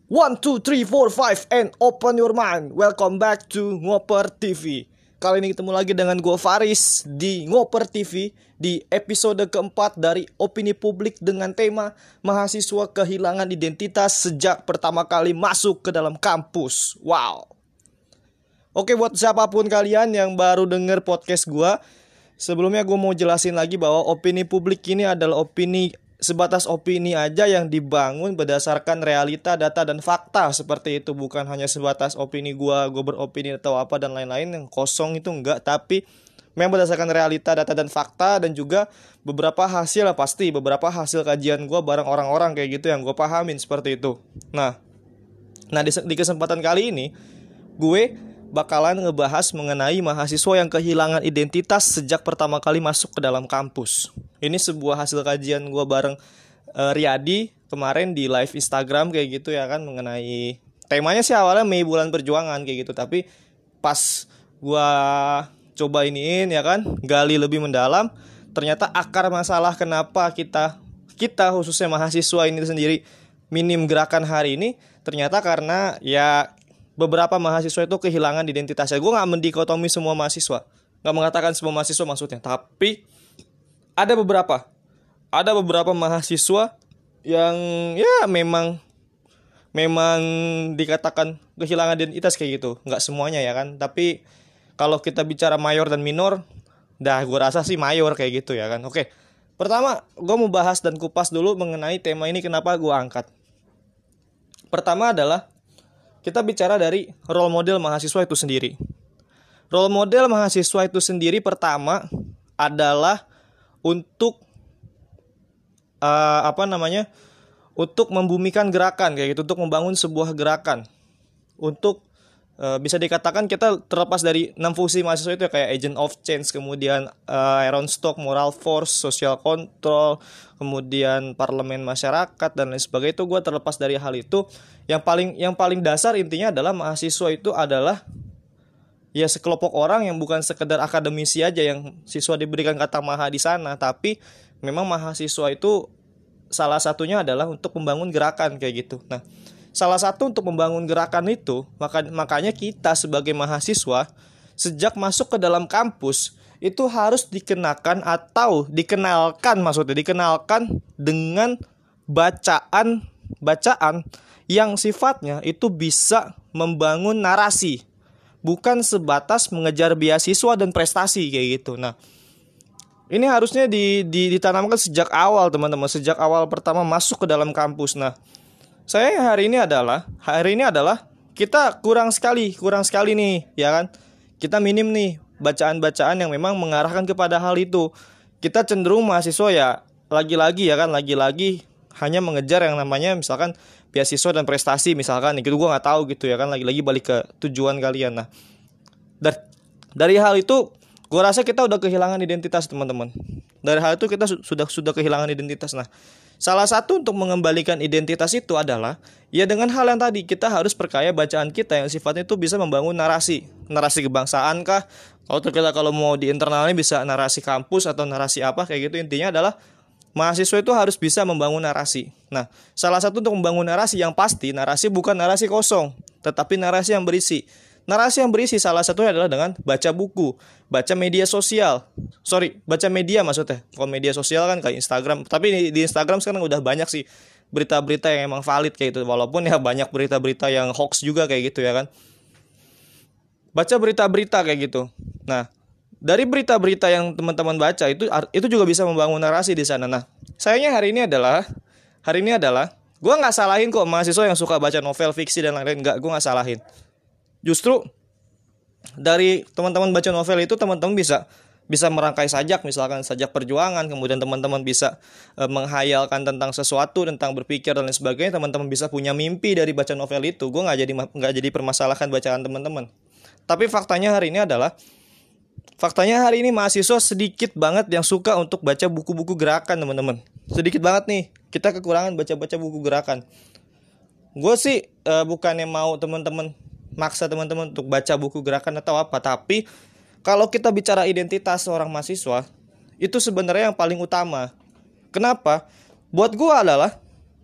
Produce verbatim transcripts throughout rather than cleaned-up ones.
One, two, three, four, five, and open your mind. Welcome back to Ngoper T V. Kali ini ketemu lagi dengan gue Faris di Ngoper T V di episode keempat dari Opini Publik dengan tema mahasiswa kehilangan identitas sejak pertama kali masuk ke dalam kampus. Wow. Oke, buat siapapun kalian yang baru denger podcast gue, sebelumnya gue mau jelasin lagi bahwa opini publik ini adalah opini sebatas opini aja yang dibangun berdasarkan realita, data, dan fakta. Seperti itu, bukan hanya sebatas opini gue, gue beropini atau apa dan lain-lain yang kosong itu enggak. Tapi memang berdasarkan realita, data, dan fakta. Dan juga beberapa hasil lah pasti, beberapa hasil kajian gue bareng orang-orang kayak gitu yang gue pahamin seperti itu. Nah, nah di, di kesempatan kali ini gue bakalan ngebahas mengenai mahasiswa yang kehilangan identitas sejak pertama kali masuk ke dalam kampus. Ini sebuah hasil kajian gue bareng uh, Riyadi kemarin di live Instagram kayak gitu ya kan, mengenai temanya sih awalnya Mei Bulan Perjuangan kayak gitu, tapi pas gue coba iniin ya kan, gali lebih mendalam, ternyata akar masalah kenapa kita kita khususnya mahasiswa ini sendiri minim gerakan hari ini ternyata karena ya beberapa mahasiswa itu kehilangan identitasnya. Gue gak mendikotomi semua mahasiswa, gak mengatakan semua mahasiswa maksudnya, tapi ada beberapa Ada beberapa mahasiswa yang ya memang Memang dikatakan kehilangan identitas kayak gitu. Gak semuanya ya kan, tapi kalau kita bicara mayor dan minor, dah gue rasa sih mayor kayak gitu ya kan. Oke, pertama gue mau bahas dan kupas dulu mengenai tema ini, kenapa gue angkat. Pertama adalah kita bicara dari role model mahasiswa itu sendiri. Role model mahasiswa itu sendiri pertama adalah untuk uh, apa namanya? Untuk membumikan gerakan kayak gitu, untuk membangun sebuah gerakan. Untuk uh, bisa dikatakan kita terlepas dari enam fungsi mahasiswa itu ya, kayak agent of change, kemudian uh, iron stock, moral force, social control, kemudian parlemen masyarakat dan lain sebagainya. Itu gue terlepas dari hal itu. Yang paling yang paling dasar intinya adalah mahasiswa itu adalah ya sekelompok orang yang bukan sekedar akademisi aja yang siswa diberikan kata maha di sana, tapi memang mahasiswa itu salah satunya adalah untuk membangun gerakan kayak gitu. Nah, salah satu untuk membangun gerakan itu maka, makanya kita sebagai mahasiswa sejak masuk ke dalam kampus itu harus dikenakan atau dikenalkan maksudnya dikenalkan dengan bacaan bacaan yang sifatnya itu bisa membangun narasi, bukan sebatas mengejar beasiswa dan prestasi kayak gitu. Nah, ini harusnya di, di, ditanamkan sejak awal teman-teman, sejak awal pertama masuk ke dalam kampus. Nah, saya hari ini adalah hari ini adalah kita kurang sekali, kurang sekali nih, ya kan? Kita minim nih bacaan-bacaan yang memang mengarahkan kepada hal itu. Kita cenderung mahasiswa ya lagi-lagi ya kan, lagi-lagi hanya mengejar yang namanya misalkan beasiswa dan prestasi misalkan, gitu gue nggak tahu gitu ya kan, lagi-lagi balik ke tujuan kalian. Nah, dari dari hal itu gue rasa kita udah kehilangan identitas teman-teman. Dari hal itu kita su- sudah sudah kehilangan identitas. Nah, salah satu untuk mengembalikan identitas itu adalah ya dengan hal yang tadi, kita harus perkaya bacaan kita yang sifatnya itu bisa membangun narasi, narasi kebangsaan kah? Kalau kita kalau mau di internalnya bisa narasi kampus atau narasi apa kayak gitu. Intinya adalah mahasiswa itu harus bisa membangun narasi. Nah, salah satu untuk membangun narasi yang pasti, narasi bukan narasi kosong, tetapi narasi yang berisi. Narasi yang berisi salah satunya adalah dengan baca buku, baca media sosial. Sorry, baca media maksudnya. Kalau media sosial kan kayak Instagram. Tapi di, di Instagram sekarang udah banyak sih berita-berita yang emang valid kayak gitu. Walaupun ya banyak berita-berita yang hoax juga kayak gitu ya kan. Baca berita-berita kayak gitu. Nah, dari berita-berita yang teman-teman baca itu itu juga bisa membangun narasi di sana. Nah, sayangnya hari ini adalah hari ini adalah gue nggak salahin kok mahasiswa yang suka baca novel fiksi dan lain-lain, nggak, gue nggak salahin. Justru dari teman-teman baca novel itu teman-teman bisa bisa merangkai sajak, misalkan sajak perjuangan, kemudian teman-teman bisa e, menghayalkan tentang sesuatu, tentang berpikir dan lain sebagainya. Teman-teman bisa punya mimpi dari baca novel itu. Gue nggak jadi nggak jadi permasalahkan bacaan teman-teman. Tapi faktanya hari ini adalah Faktanya hari ini mahasiswa sedikit banget yang suka untuk baca buku-buku gerakan teman-teman. Sedikit banget nih, kita kekurangan baca-baca buku gerakan. Gue sih e, bukannya mau teman-teman maksa teman-teman untuk baca buku gerakan atau apa, tapi kalau kita bicara identitas seorang mahasiswa, itu sebenarnya yang paling utama. Kenapa? Buat gue adalah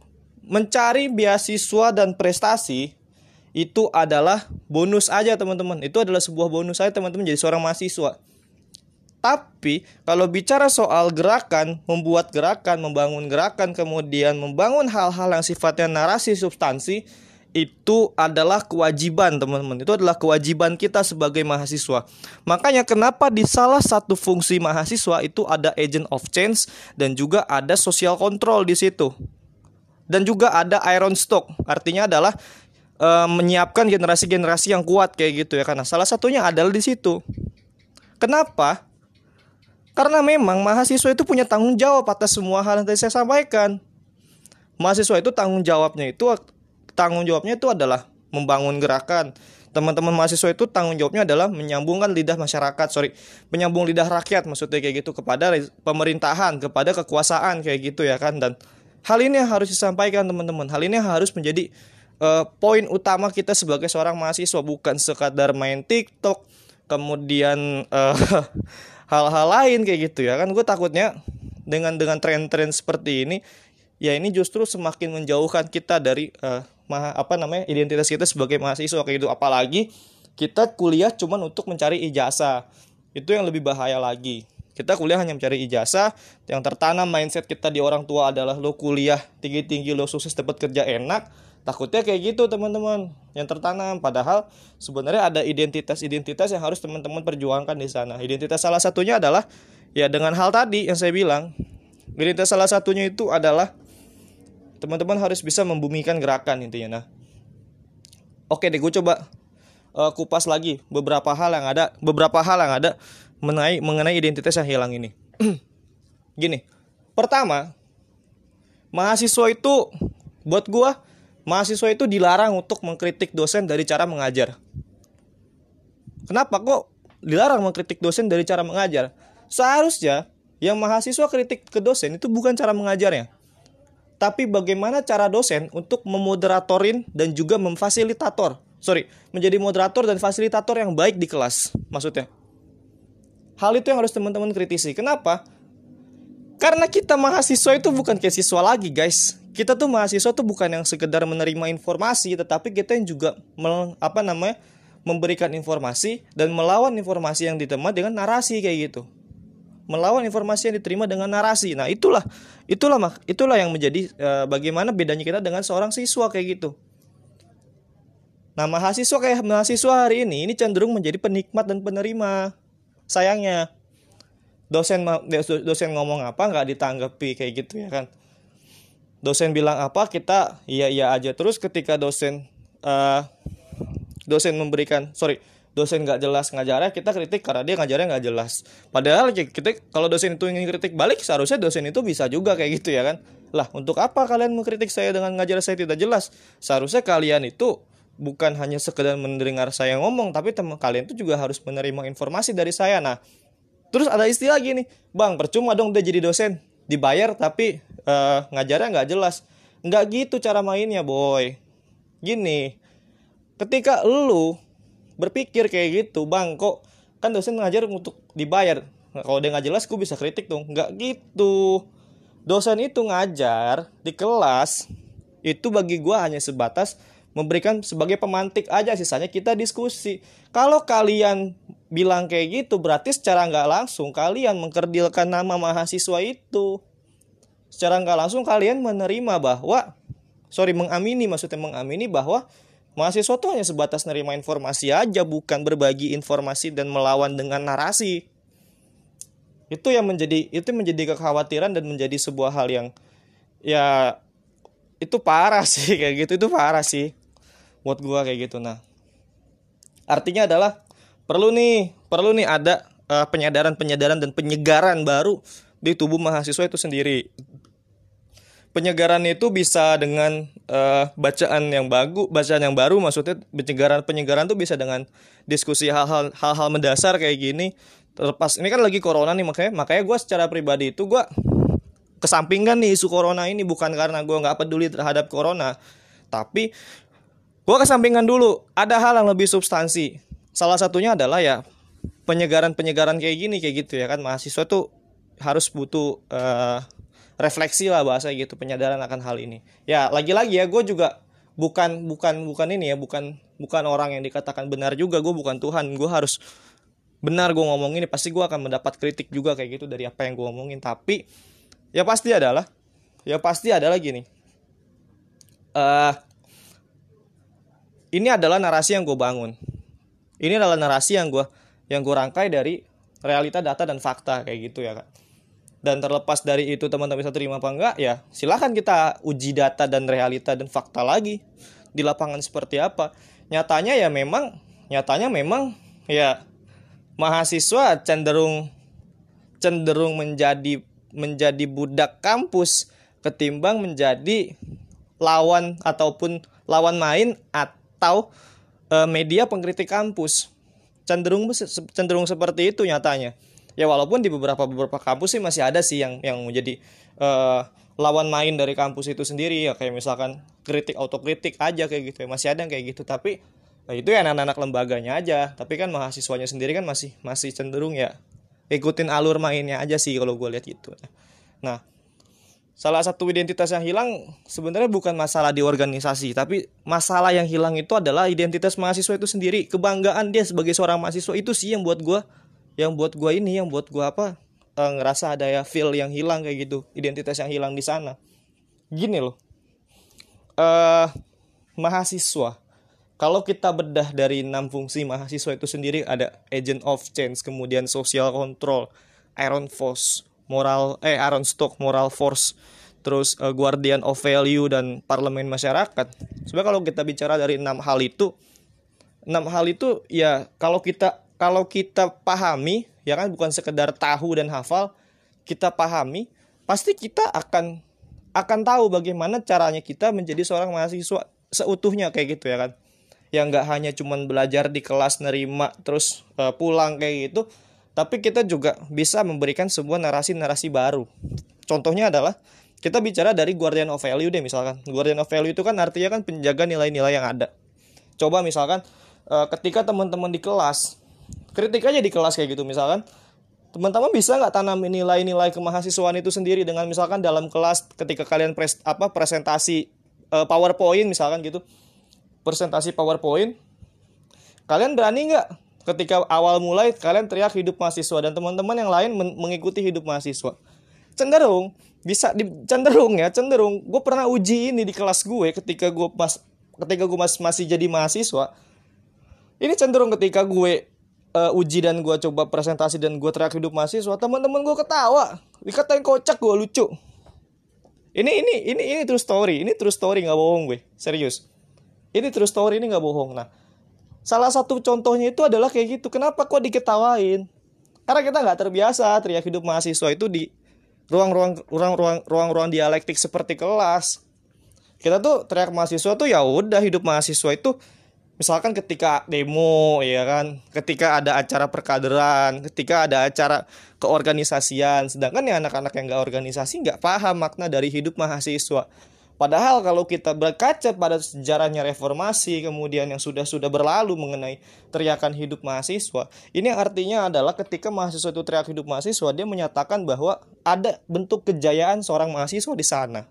mencari beasiswa dan prestasi itu adalah bonus aja teman-teman. Itu adalah sebuah bonus aja teman-teman jadi seorang mahasiswa. Tapi kalau bicara soal gerakan, membuat gerakan, membangun gerakan, kemudian membangun hal-hal yang sifatnya narasi substansi, itu adalah kewajiban teman-teman. Itu adalah kewajiban kita sebagai mahasiswa. Makanya kenapa di salah satu fungsi mahasiswa itu ada agent of change dan juga ada social control di situ. Dan juga ada iron stock, artinya adalah e, menyiapkan generasi-generasi yang kuat kayak gitu ya. Karena salah satunya adalah di situ. Kenapa? Karena memang mahasiswa itu punya tanggung jawab atas semua hal yang tadi saya sampaikan. Mahasiswa itu tanggung jawabnya itu tanggung jawabnya itu adalah membangun gerakan. Teman-teman mahasiswa itu tanggung jawabnya adalah menyambungkan lidah masyarakat, sorry, menyambung lidah rakyat maksudnya kayak gitu kepada pemerintahan, kepada kekuasaan kayak gitu ya kan. Dan hal ini yang harus disampaikan teman-teman. Hal ini harus menjadi uh, poin utama kita sebagai seorang mahasiswa, bukan sekadar main TikTok, kemudian uh, hal-hal lain kayak gitu ya kan. Gue takutnya dengan dengan tren-tren seperti ini, ya ini justru semakin menjauhkan kita dari uh, maha, apa namanya identitas kita sebagai mahasiswa kayak gitu. Apalagi kita kuliah cuman untuk mencari ijazah, itu yang lebih bahaya lagi. Kita kuliah hanya mencari ijazah, yang tertanam mindset kita di orang tua adalah lo kuliah tinggi-tinggi, lo sukses dapat kerja enak. Takutnya kayak gitu teman-teman, yang tertanam. Padahal sebenarnya ada identitas-identitas yang harus teman-teman perjuangkan di sana. Identitas salah satunya adalah ya dengan hal tadi yang saya bilang. Identitas salah satunya itu adalah teman-teman harus bisa membumikan gerakan intinya. Nah, oke deh, gue coba uh, kupas lagi beberapa hal yang ada, beberapa hal yang ada mengenai mengenai identitas yang hilang ini. Gini, pertama, mahasiswa itu buat gue, mahasiswa itu dilarang untuk mengkritik dosen dari cara mengajar. Kenapa kok dilarang mengkritik dosen dari cara mengajar? Seharusnya yang mahasiswa kritik ke dosen itu bukan cara mengajarnya, tapi bagaimana cara dosen untuk memoderatorin dan juga memfasilitator. Sorry, menjadi moderator dan fasilitator yang baik di kelas, maksudnya. Hal itu yang harus teman-teman kritisi. Kenapa? Karena kita mahasiswa itu bukan kayak siswa lagi, guys. Kita tuh mahasiswa tuh bukan yang sekedar menerima informasi, tetapi kita yang juga mel, apa namanya, memberikan informasi dan melawan informasi yang diterima dengan narasi kayak gitu. Melawan informasi yang diterima dengan narasi. Nah, itulah itulah itulah yang menjadi e, bagaimana bedanya kita dengan seorang siswa kayak gitu. Nah, mahasiswa kayak mahasiswa hari ini ini cenderung menjadi penikmat dan penerima. Sayangnya dosen dosen ngomong apa nggak ditanggapi kayak gitu ya kan. Dosen bilang apa kita iya iya aja. Terus ketika dosen uh, dosen memberikan sorry dosen nggak jelas ngajarnya, kita kritik karena dia ngajarnya nggak jelas. Padahal kita kalau dosen itu ingin kritik balik, seharusnya dosen itu bisa juga kayak gitu ya kan. Lah, untuk apa kalian mengkritik saya dengan ngajar saya tidak jelas? Seharusnya kalian itu bukan hanya sekedar mendengar saya ngomong, tapi teman kalian itu juga harus menerima informasi dari saya. Nah, terus ada istilah gini, bang percuma dong dia jadi dosen, dibayar tapi uh, ngajarnya nggak jelas. Nggak gitu cara mainnya boy. Gini, ketika lu berpikir kayak gitu, bang kok kan dosen ngajar untuk dibayar, nah, kalau dia nggak jelas gue bisa kritik dong. Nggak gitu. Dosen itu ngajar di kelas itu bagi gue hanya sebatas memberikan sebagai pemantik aja, sisanya kita diskusi. Kalau kalian bilang kayak gitu, berarti secara nggak langsung kalian mengkerdilkan nama mahasiswa itu. Secara nggak langsung kalian menerima bahwa, sorry mengamini maksudnya mengamini bahwa mahasiswa itu hanya sebatas nerima informasi aja, bukan berbagi informasi dan melawan dengan narasi. Itu yang menjadi itu menjadi kekhawatiran dan menjadi sebuah hal yang ya itu parah sih kayak gitu, itu parah sih buat gua kayak gitu. Nah, artinya adalah perlu nih, perlu nih ada uh, penyadaran-penyadaran dan penyegaran baru di tubuh mahasiswa itu sendiri. Penyegaran itu bisa dengan uh, bacaan yang bagus, bacaan yang baru, maksudnya penyegaran-penyegaran itu bisa dengan diskusi hal-hal hal-hal mendasar kayak gini. Terlepas ini kan lagi corona nih, makanya makanya gua secara pribadi itu gua kesampingkan nih isu corona ini, bukan karena gua nggak peduli terhadap corona, tapi gue kesampingkan dulu, ada hal yang lebih substansi. Salah satunya adalah ya penyegaran-penyegaran kayak gini, kayak gitu ya kan. Mahasiswa tuh harus butuh uh, refleksi lah bahasa gitu, penyadaran akan hal ini. Ya lagi-lagi ya, gue juga bukan bukan bukan ini ya, bukan bukan orang yang dikatakan benar juga, gue bukan Tuhan, gue harus benar gue ngomong ini, pasti gue akan mendapat kritik juga kayak gitu dari apa yang gue omongin. Tapi ya pasti adalah ya pasti adalah gini, uh, ini adalah narasi yang gue bangun, ini adalah narasi yang gue yang gue rangkai dari realita, data, dan fakta kayak gitu ya kan. Dan terlepas dari itu teman-teman bisa terima apa enggak, ya silahkan kita uji data dan realita dan fakta lagi di lapangan seperti apa. Nyatanya ya memang, nyatanya memang ya mahasiswa cenderung cenderung menjadi menjadi budak kampus ketimbang menjadi lawan ataupun lawan main atau e, media pengkritik kampus. Cenderung cenderung seperti itu nyatanya. Ya walaupun di beberapa beberapa kampus sih masih ada sih yang yang menjadi uh, lawan main dari kampus itu sendiri ya, kayak misalkan kritik autokritik aja kayak gitu ya, masih ada yang kayak gitu. Tapi nah itu ya anak-anak lembaganya aja. Tapi kan mahasiswanya sendiri kan masih masih cenderung ya ikutin alur mainnya aja sih kalau gue lihat gitu. Nah, salah satu identitas yang hilang sebenarnya bukan masalah di organisasi, tapi masalah yang hilang itu adalah identitas mahasiswa itu sendiri. Kebanggaan dia sebagai seorang mahasiswa itu sih yang buat gue yang buat gue ini yang buat gue apa e, ngerasa ada ya feel yang hilang kayak gitu, identitas yang hilang di sana. Gini loh, e, mahasiswa, kalau kita bedah dari enam fungsi mahasiswa itu sendiri, ada agent of change, kemudian social control, iron force, moral eh iron stock, moral force, terus e, guardian of value, dan parlemen masyarakat. Sebenarnya kalau kita bicara dari enam hal itu, enam hal itu ya kalau kita Kalau kita pahami, ya kan, bukan sekedar tahu dan hafal, kita pahami, pasti kita akan akan tahu bagaimana caranya kita menjadi seorang mahasiswa seutuhnya kayak gitu ya kan. Yang nggak hanya cuman belajar di kelas nerima terus uh, pulang kayak gitu, tapi kita juga bisa memberikan sebuah narasi-narasi baru. Contohnya adalah kita bicara dari guardian of value deh misalkan. Guardian of value itu kan artinya kan penjaga nilai-nilai yang ada. Coba misalkan uh, ketika teman-teman di kelas kritik aja di kelas kayak gitu misalkan, teman-teman bisa nggak tanamin nilai-nilai kemahasiswaan itu sendiri dengan misalkan dalam kelas ketika kalian pres, apa presentasi uh, PowerPoint misalkan gitu, presentasi PowerPoint, kalian berani nggak ketika awal mulai kalian teriak hidup mahasiswa dan teman-teman yang lain men- mengikuti hidup mahasiswa? Cenderung bisa di, cenderung ya cenderung gue pernah uji ini di kelas gue ketika gue pas ketika gue mas, masih jadi mahasiswa. Ini cenderung ketika gue Uh, uji dan gue coba presentasi dan gue teriak hidup mahasiswa, teman-teman gue ketawa, dikatain kocak, gue lucu. Ini ini ini ini true story, ini true story nggak bohong gue, serius. Ini true story, ini nggak bohong. Nah, salah satu contohnya itu adalah kayak gitu. Kenapa kok diketawain? Karena kita nggak terbiasa teriak hidup mahasiswa itu di ruang-ruang ruang-ruang ruang-ruang dialektik seperti kelas. Kita tuh teriak mahasiswa tuh ya udah hidup mahasiswa itu misalkan ketika demo ya kan, ketika ada acara perkaderan, ketika ada acara keorganisasian. Sedangkan ya anak-anak yang gak organisasi gak paham makna dari hidup mahasiswa. Padahal kalau kita berkaca pada sejarahnya reformasi, kemudian yang sudah-sudah berlalu mengenai teriakan hidup mahasiswa, ini artinya adalah ketika mahasiswa itu teriak hidup mahasiswa, dia menyatakan bahwa ada bentuk kejayaan seorang mahasiswa di sana.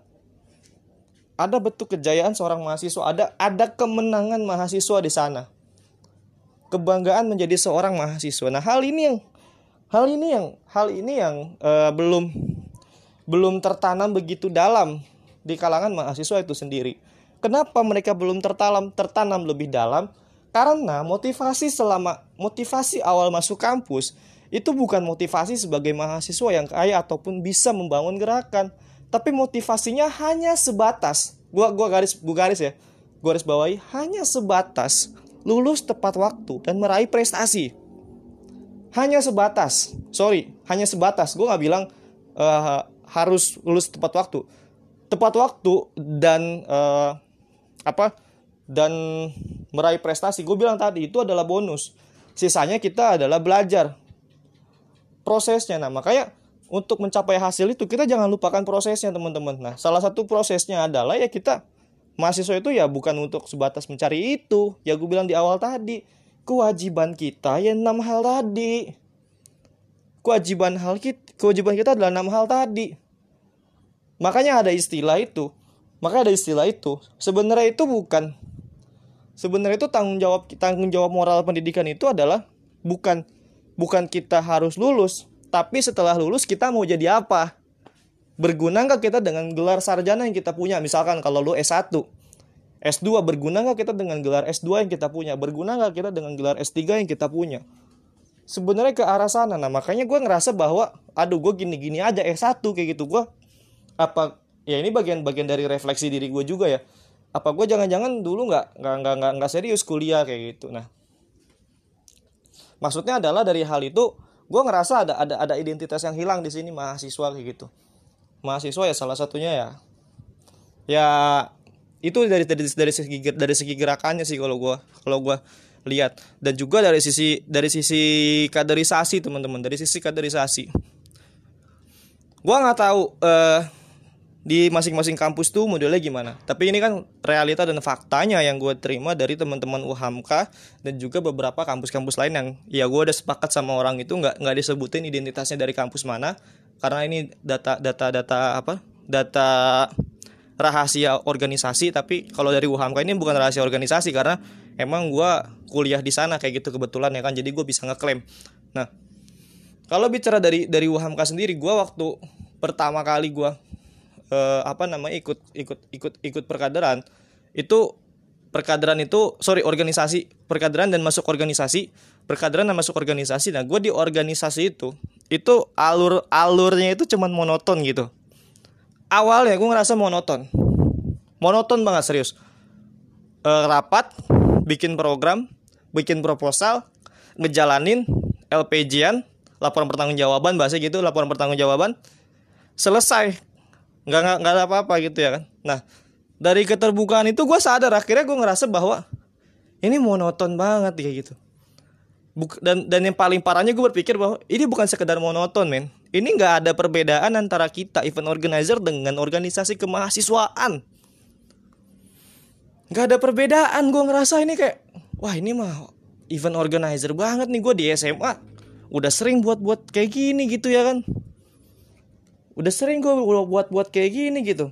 Ada bentuk kejayaan seorang mahasiswa, ada ada kemenangan mahasiswa di sana. Kebanggaan menjadi seorang mahasiswa. Nah, hal ini yang hal ini yang hal ini yang uh, belum belum tertanam begitu dalam di kalangan mahasiswa itu sendiri. Kenapa mereka belum tertanam tertanam lebih dalam? Karena motivasi selama motivasi awal masuk kampus itu bukan motivasi sebagai mahasiswa yang kaya ataupun bisa membangun gerakan. Tapi motivasinya hanya sebatas, gua gua garis gua garis ya, gua garis bawahi, hanya sebatas lulus tepat waktu dan meraih prestasi. Hanya sebatas, sorry, hanya sebatas. Gua nggak bilang uh, harus lulus tepat waktu, tepat waktu dan uh, apa dan meraih prestasi. Gue bilang tadi itu adalah bonus. Sisanya kita adalah belajar prosesnya. Nah makanya untuk mencapai hasil itu kita jangan lupakan prosesnya teman-teman. Nah salah satu prosesnya adalah ya kita mahasiswa itu ya bukan untuk sebatas mencari itu. Ya gue bilang di awal tadi, kewajiban kita ya enam hal tadi. Kewajiban hal kita, kewajiban kita adalah enam hal tadi. Makanya ada istilah itu. Makanya ada istilah itu. Sebenarnya itu bukan sebenarnya itu tanggung jawab tanggung jawab moral pendidikan itu adalah bukan bukan kita harus lulus, tapi setelah lulus kita mau jadi apa? Berguna nggak kita dengan gelar sarjana yang kita punya? Misalkan kalau lu S satu, S dua, berguna nggak kita dengan gelar S dua yang kita punya? Berguna nggak kita dengan gelar S tiga yang kita punya? Sebenarnya ke arah sana. Nah makanya gue ngerasa bahwa aduh gue gini-gini aja S satu kayak gitu. Gue apa ya ini bagian-bagian dari refleksi diri gue juga ya. Apa gue jangan-jangan dulu nggak nggak nggak nggak nggak serius kuliah kayak gitu. Nah maksudnya adalah dari hal itu gue ngerasa ada ada ada identitas yang hilang di sini mahasiswa kayak gitu. Mahasiswa ya salah satunya ya ya itu dari dari dari segi dari segi gerakannya sih kalau gue kalau gue lihat, dan juga dari sisi dari sisi kaderisasi teman-teman, dari sisi kaderisasi gue nggak tahu eh, di masing-masing kampus tuh modelnya gimana, tapi ini kan realita dan faktanya yang gue terima dari teman-teman U H A M K dan juga beberapa kampus-kampus lain yang ya gue udah sepakat sama orang itu nggak nggak disebutin identitasnya dari kampus mana, karena ini data data data apa data rahasia organisasi. Tapi kalau dari U H A M K ini bukan rahasia organisasi karena emang gue kuliah di sana kayak gitu kebetulan ya kan, jadi gue bisa ngeklaim. Nah kalau bicara dari dari U H A M K sendiri, gue waktu pertama kali gue eh, apa namanya ikut ikut ikut ikut perkaderan itu perkaderan itu sorry organisasi perkaderan dan masuk organisasi perkaderan dan masuk organisasi. Nah gue di organisasi itu itu alur alurnya itu cuman monoton gitu. Awalnya gue ngerasa monoton monoton banget serius. E, rapat, bikin program, bikin proposal, ngejalanin L P J-an, laporan pertanggungjawaban, bahasa gitu, laporan pertanggungjawaban, selesai, nggak nggak nggak ada apa-apa gitu ya kan. Nah dari keterbukaan itu gue sadar, akhirnya gue ngerasa bahwa ini monoton banget kayak gitu. Buk, dan dan yang paling parahnya gue berpikir bahwa ini bukan sekedar monoton men, ini nggak ada perbedaan antara kita event organizer dengan organisasi kemahasiswaan. Nggak ada perbedaan. Gue ngerasa ini kayak wah ini mah event organizer banget nih. Gue di S M A udah sering buat-buat kayak gini gitu ya kan. Udah sering gue buat-buat kayak gini gitu.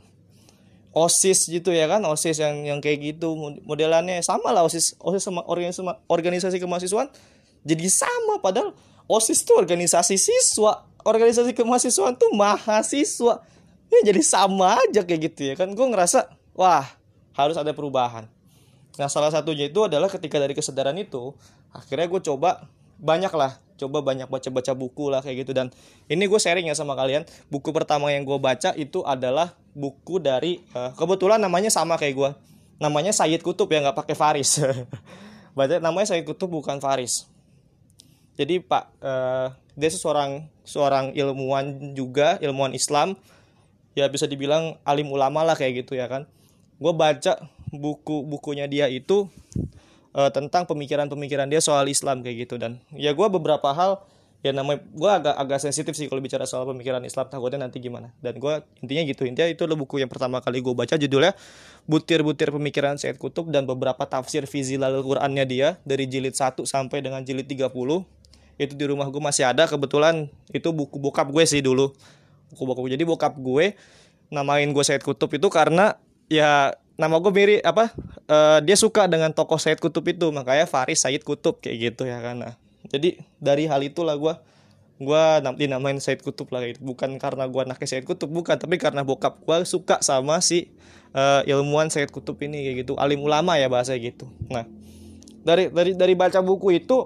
OSIS gitu ya kan, OSIS yang yang kayak gitu modelannya sama lah, OSIS OSIS sama organisasi, organisasi kemahasiswaan jadi sama, padahal OSIS tuh organisasi siswa, organisasi kemahasiswaan tuh mahasiswa. Ya jadi sama aja kayak gitu ya kan. Gue ngerasa wah harus ada perubahan. Nah salah satunya itu adalah ketika dari kesadaran itu akhirnya gue coba banyak lah, coba banyak baca-baca buku lah kayak gitu. Dan ini gue sharing ya sama kalian, buku pertama yang gue baca itu adalah buku dari uh, kebetulan namanya sama kayak gue, namanya Sayyid Qutb ya, nggak pakai Faris. Baca namanya Sayyid Qutb bukan Faris. Jadi pak uh, dia seorang seorang ilmuwan juga, ilmuwan Islam ya, bisa dibilang alim ulama lah kayak gitu ya kan. Gue baca buku-bukunya dia itu uh, tentang pemikiran-pemikiran dia soal Islam kayak gitu. Dan ya gue beberapa hal ya namanya gue agak agak sensitif sih kalau bicara soal pemikiran Islam, takutnya nanti gimana. Dan gue intinya gitu, intinya itu adalah buku yang pertama kali gue baca, judulnya Butir-butir Pemikiran Sayyid Qutb, dan beberapa tafsir fi Zilalil Qur'annya dia dari jilid satu sampai dengan jilid tiga puluh. Itu di rumah gue masih ada kebetulan, itu buku bokap gue sih dulu, buku bokap gue. Jadi bokap gue namain gue Sayyid Qutb itu karena ya nama gue mirip apa uh, dia suka dengan tokoh Sayyid Qutb itu, makanya Faris Sayyid Qutb kayak gitu ya kan. Nah, jadi dari hal itulah gue gue dinamain Sayyid Qutb lah gitu. Bukan karena gue anaknya Sayyid Qutb, bukan, tapi karena bokap gue suka sama si uh, ilmuwan Sayyid Qutb ini kayak gitu, alim ulama ya bahasa gitu. Nah dari dari dari baca buku itu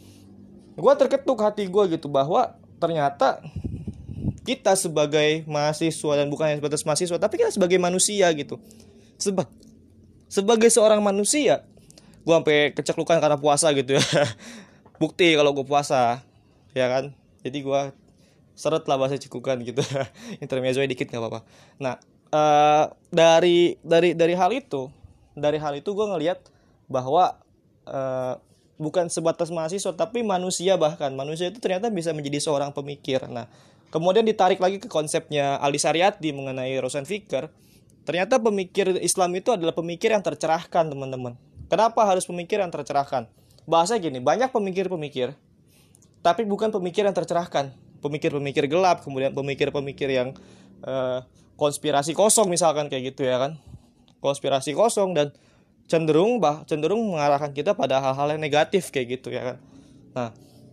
gue terketuk hati gue gitu, bahwa ternyata kita sebagai mahasiswa, dan bukan hanya sebatas mahasiswa, tapi kita sebagai manusia gitu, Seba- sebagai seorang manusia, gue sampai keceklukan karena puasa gitu ya. Bukti kalau gue puasa ya kan, jadi gue seret lah bahasa cekukan gitu. Intermezzo dikit nggak apa-apa. Nah uh, dari dari dari hal itu dari hal itu gue ngelihat bahwa uh, bukan sebatas mahasiswa, tapi manusia, bahkan manusia itu ternyata bisa menjadi seorang pemikir. Nah kemudian ditarik lagi ke konsepnya Ali Saryadi mengenai Rosan Fikir. Ternyata pemikir Islam itu adalah pemikir yang tercerahkan, teman-teman. Kenapa harus pemikir yang tercerahkan? Bahasa gini, banyak pemikir-pemikir, tapi bukan pemikir yang tercerahkan. Pemikir-pemikir gelap, kemudian pemikir-pemikir yang uh, konspirasi kosong misalkan kayak gitu ya kan. Konspirasi kosong dan cenderung bah cenderung mengarahkan kita pada hal-hal yang negatif kayak gitu ya kan. Nah,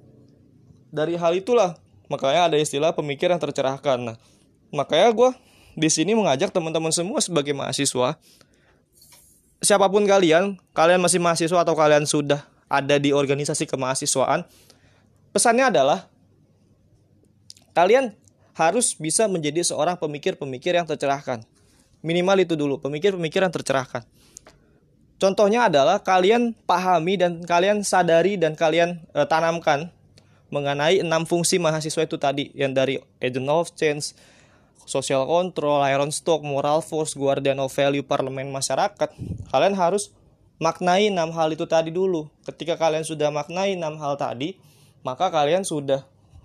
dari hal itulah makanya ada istilah pemikiran tercerahkan. Nah, makanya gue di sini mengajak teman-teman semua sebagai mahasiswa, siapapun kalian, kalian masih mahasiswa atau kalian sudah ada di organisasi kemahasiswaan, pesannya adalah kalian harus bisa menjadi seorang pemikir-pemikir yang tercerahkan. Minimal itu dulu, pemikir-pemikir yang tercerahkan. Contohnya adalah kalian pahami dan kalian sadari dan kalian e, tanamkan mengenai enam fungsi mahasiswa itu tadi, yang dari agent of change, social control, iron stock, moral force, guardian of value, parlemen masyarakat. Kalian harus maknai enam hal itu tadi dulu. Ketika kalian sudah maknai enam hal tadi, maka kalian sudah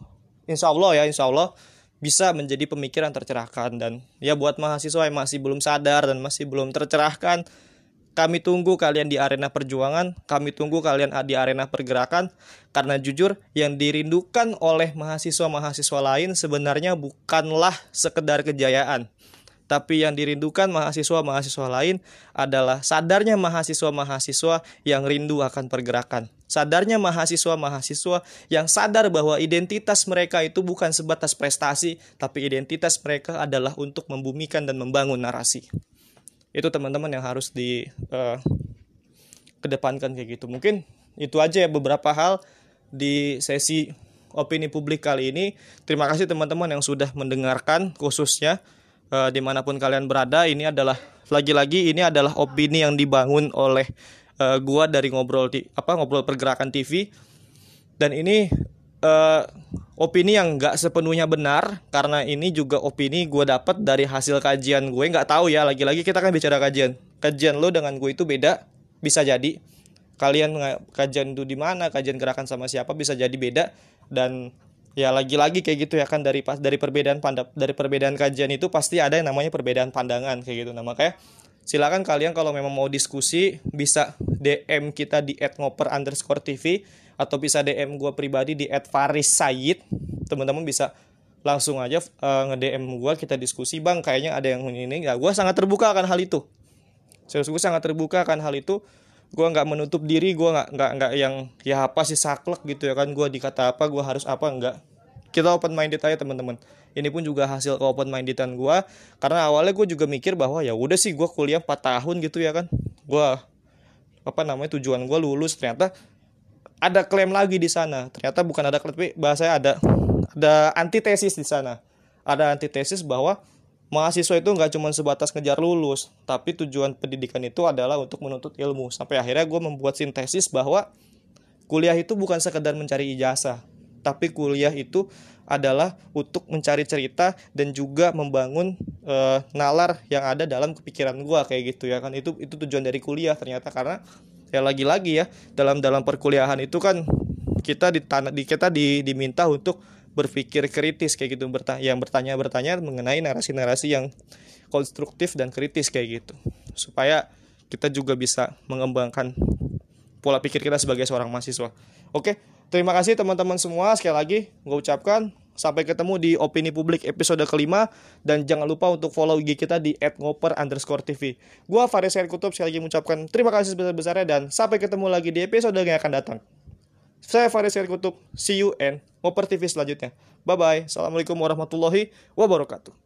insya Allah ya, insya Allah bisa menjadi pemikiran tercerahkan. Dan ya buat mahasiswa yang masih belum sadar dan masih belum tercerahkan, kami tunggu kalian di arena perjuangan, kami tunggu kalian di arena pergerakan, karena jujur yang dirindukan oleh mahasiswa-mahasiswa lain sebenarnya bukanlah sekedar kejayaan, tapi yang dirindukan mahasiswa-mahasiswa lain adalah sadarnya mahasiswa-mahasiswa yang rindu akan pergerakan. Sadarnya mahasiswa-mahasiswa yang sadar bahwa identitas mereka itu bukan sebatas prestasi, tapi identitas mereka adalah untuk membumikan dan membangun narasi. Itu teman-teman yang harus di uh, kedepankan kayak gitu. Mungkin itu aja ya beberapa hal di sesi opini publik kali ini. Terima kasih teman-teman yang sudah mendengarkan, khususnya uh, dimanapun kalian berada. Ini adalah lagi-lagi ini adalah opini yang dibangun oleh uh, gua dari ngobrol di apa ngobrol pergerakan T V, dan ini uh, opini yang nggak sepenuhnya benar, karena ini juga opini gue dapat dari hasil kajian gue. Nggak tahu ya, lagi-lagi kita kan bicara kajian. Kajian lo dengan gue itu beda, bisa jadi. Kalian kajian itu di mana, kajian gerakan sama siapa, bisa jadi beda. Dan ya lagi-lagi kayak gitu ya kan, dari pas dari perbedaan pandap dari perbedaan kajian itu pasti ada yang namanya perbedaan pandangan kayak gitu. Nah makanya silakan kalian kalau memang mau diskusi bisa D M kita di et ngoper underscore tv, atau bisa D M gue pribadi di et faris sayid. Teman-teman bisa langsung aja uh, nge-D M gue, kita diskusi, bang kayaknya ada yang ini. Ya gue sangat terbuka akan hal itu. Serius, gue sangat terbuka akan hal itu. Gue nggak menutup diri, gue nggak nggak nggak yang ya apa sih saklek gitu ya kan. Gue dikata apa, gue harus apa, enggak. Kita open minded aja teman-teman. Ini pun juga hasil ke open mindedan gue. Karena awalnya gue juga mikir bahwa ya udah sih gue kuliah empat tahun gitu ya kan. Gue apa namanya tujuan gue lulus, ternyata ada klaim lagi di sana. Ternyata bukan ada klaim, tapi bahasanya ada ada antitesis di sana. Ada antitesis bahwa mahasiswa itu nggak cuma sebatas ngejar lulus, tapi tujuan pendidikan itu adalah untuk menuntut ilmu. Sampai akhirnya gue membuat sintesis bahwa kuliah itu bukan sekedar mencari ijazah, tapi kuliah itu adalah untuk mencari cerita dan juga membangun e, nalar yang ada dalam kepikiran gue kayak gitu ya kan. Itu itu tujuan dari kuliah ternyata, karena ya lagi-lagi ya dalam dalam perkuliahan itu kan kita ditana, di kita di, diminta untuk berpikir kritis kayak gitu, bertanya, yang bertanya-bertanya mengenai narasi-narasi yang konstruktif dan kritis kayak gitu, supaya kita juga bisa mengembangkan pola pikir kita sebagai seorang mahasiswa. Oke, terima kasih teman-teman semua. Sekali lagi gue ucapkan sampai ketemu di opini publik episode kelima, dan jangan lupa untuk follow I G kita di et ngoper underscore tv. Gue Faris Kutub sekali lagi mengucapkan terima kasih sebesar-besarnya, dan sampai ketemu lagi di episode yang akan datang. Saya Faris Kutub, see you and Ngoper T V selanjutnya. Bye bye. Assalamualaikum warahmatullahi wabarakatuh.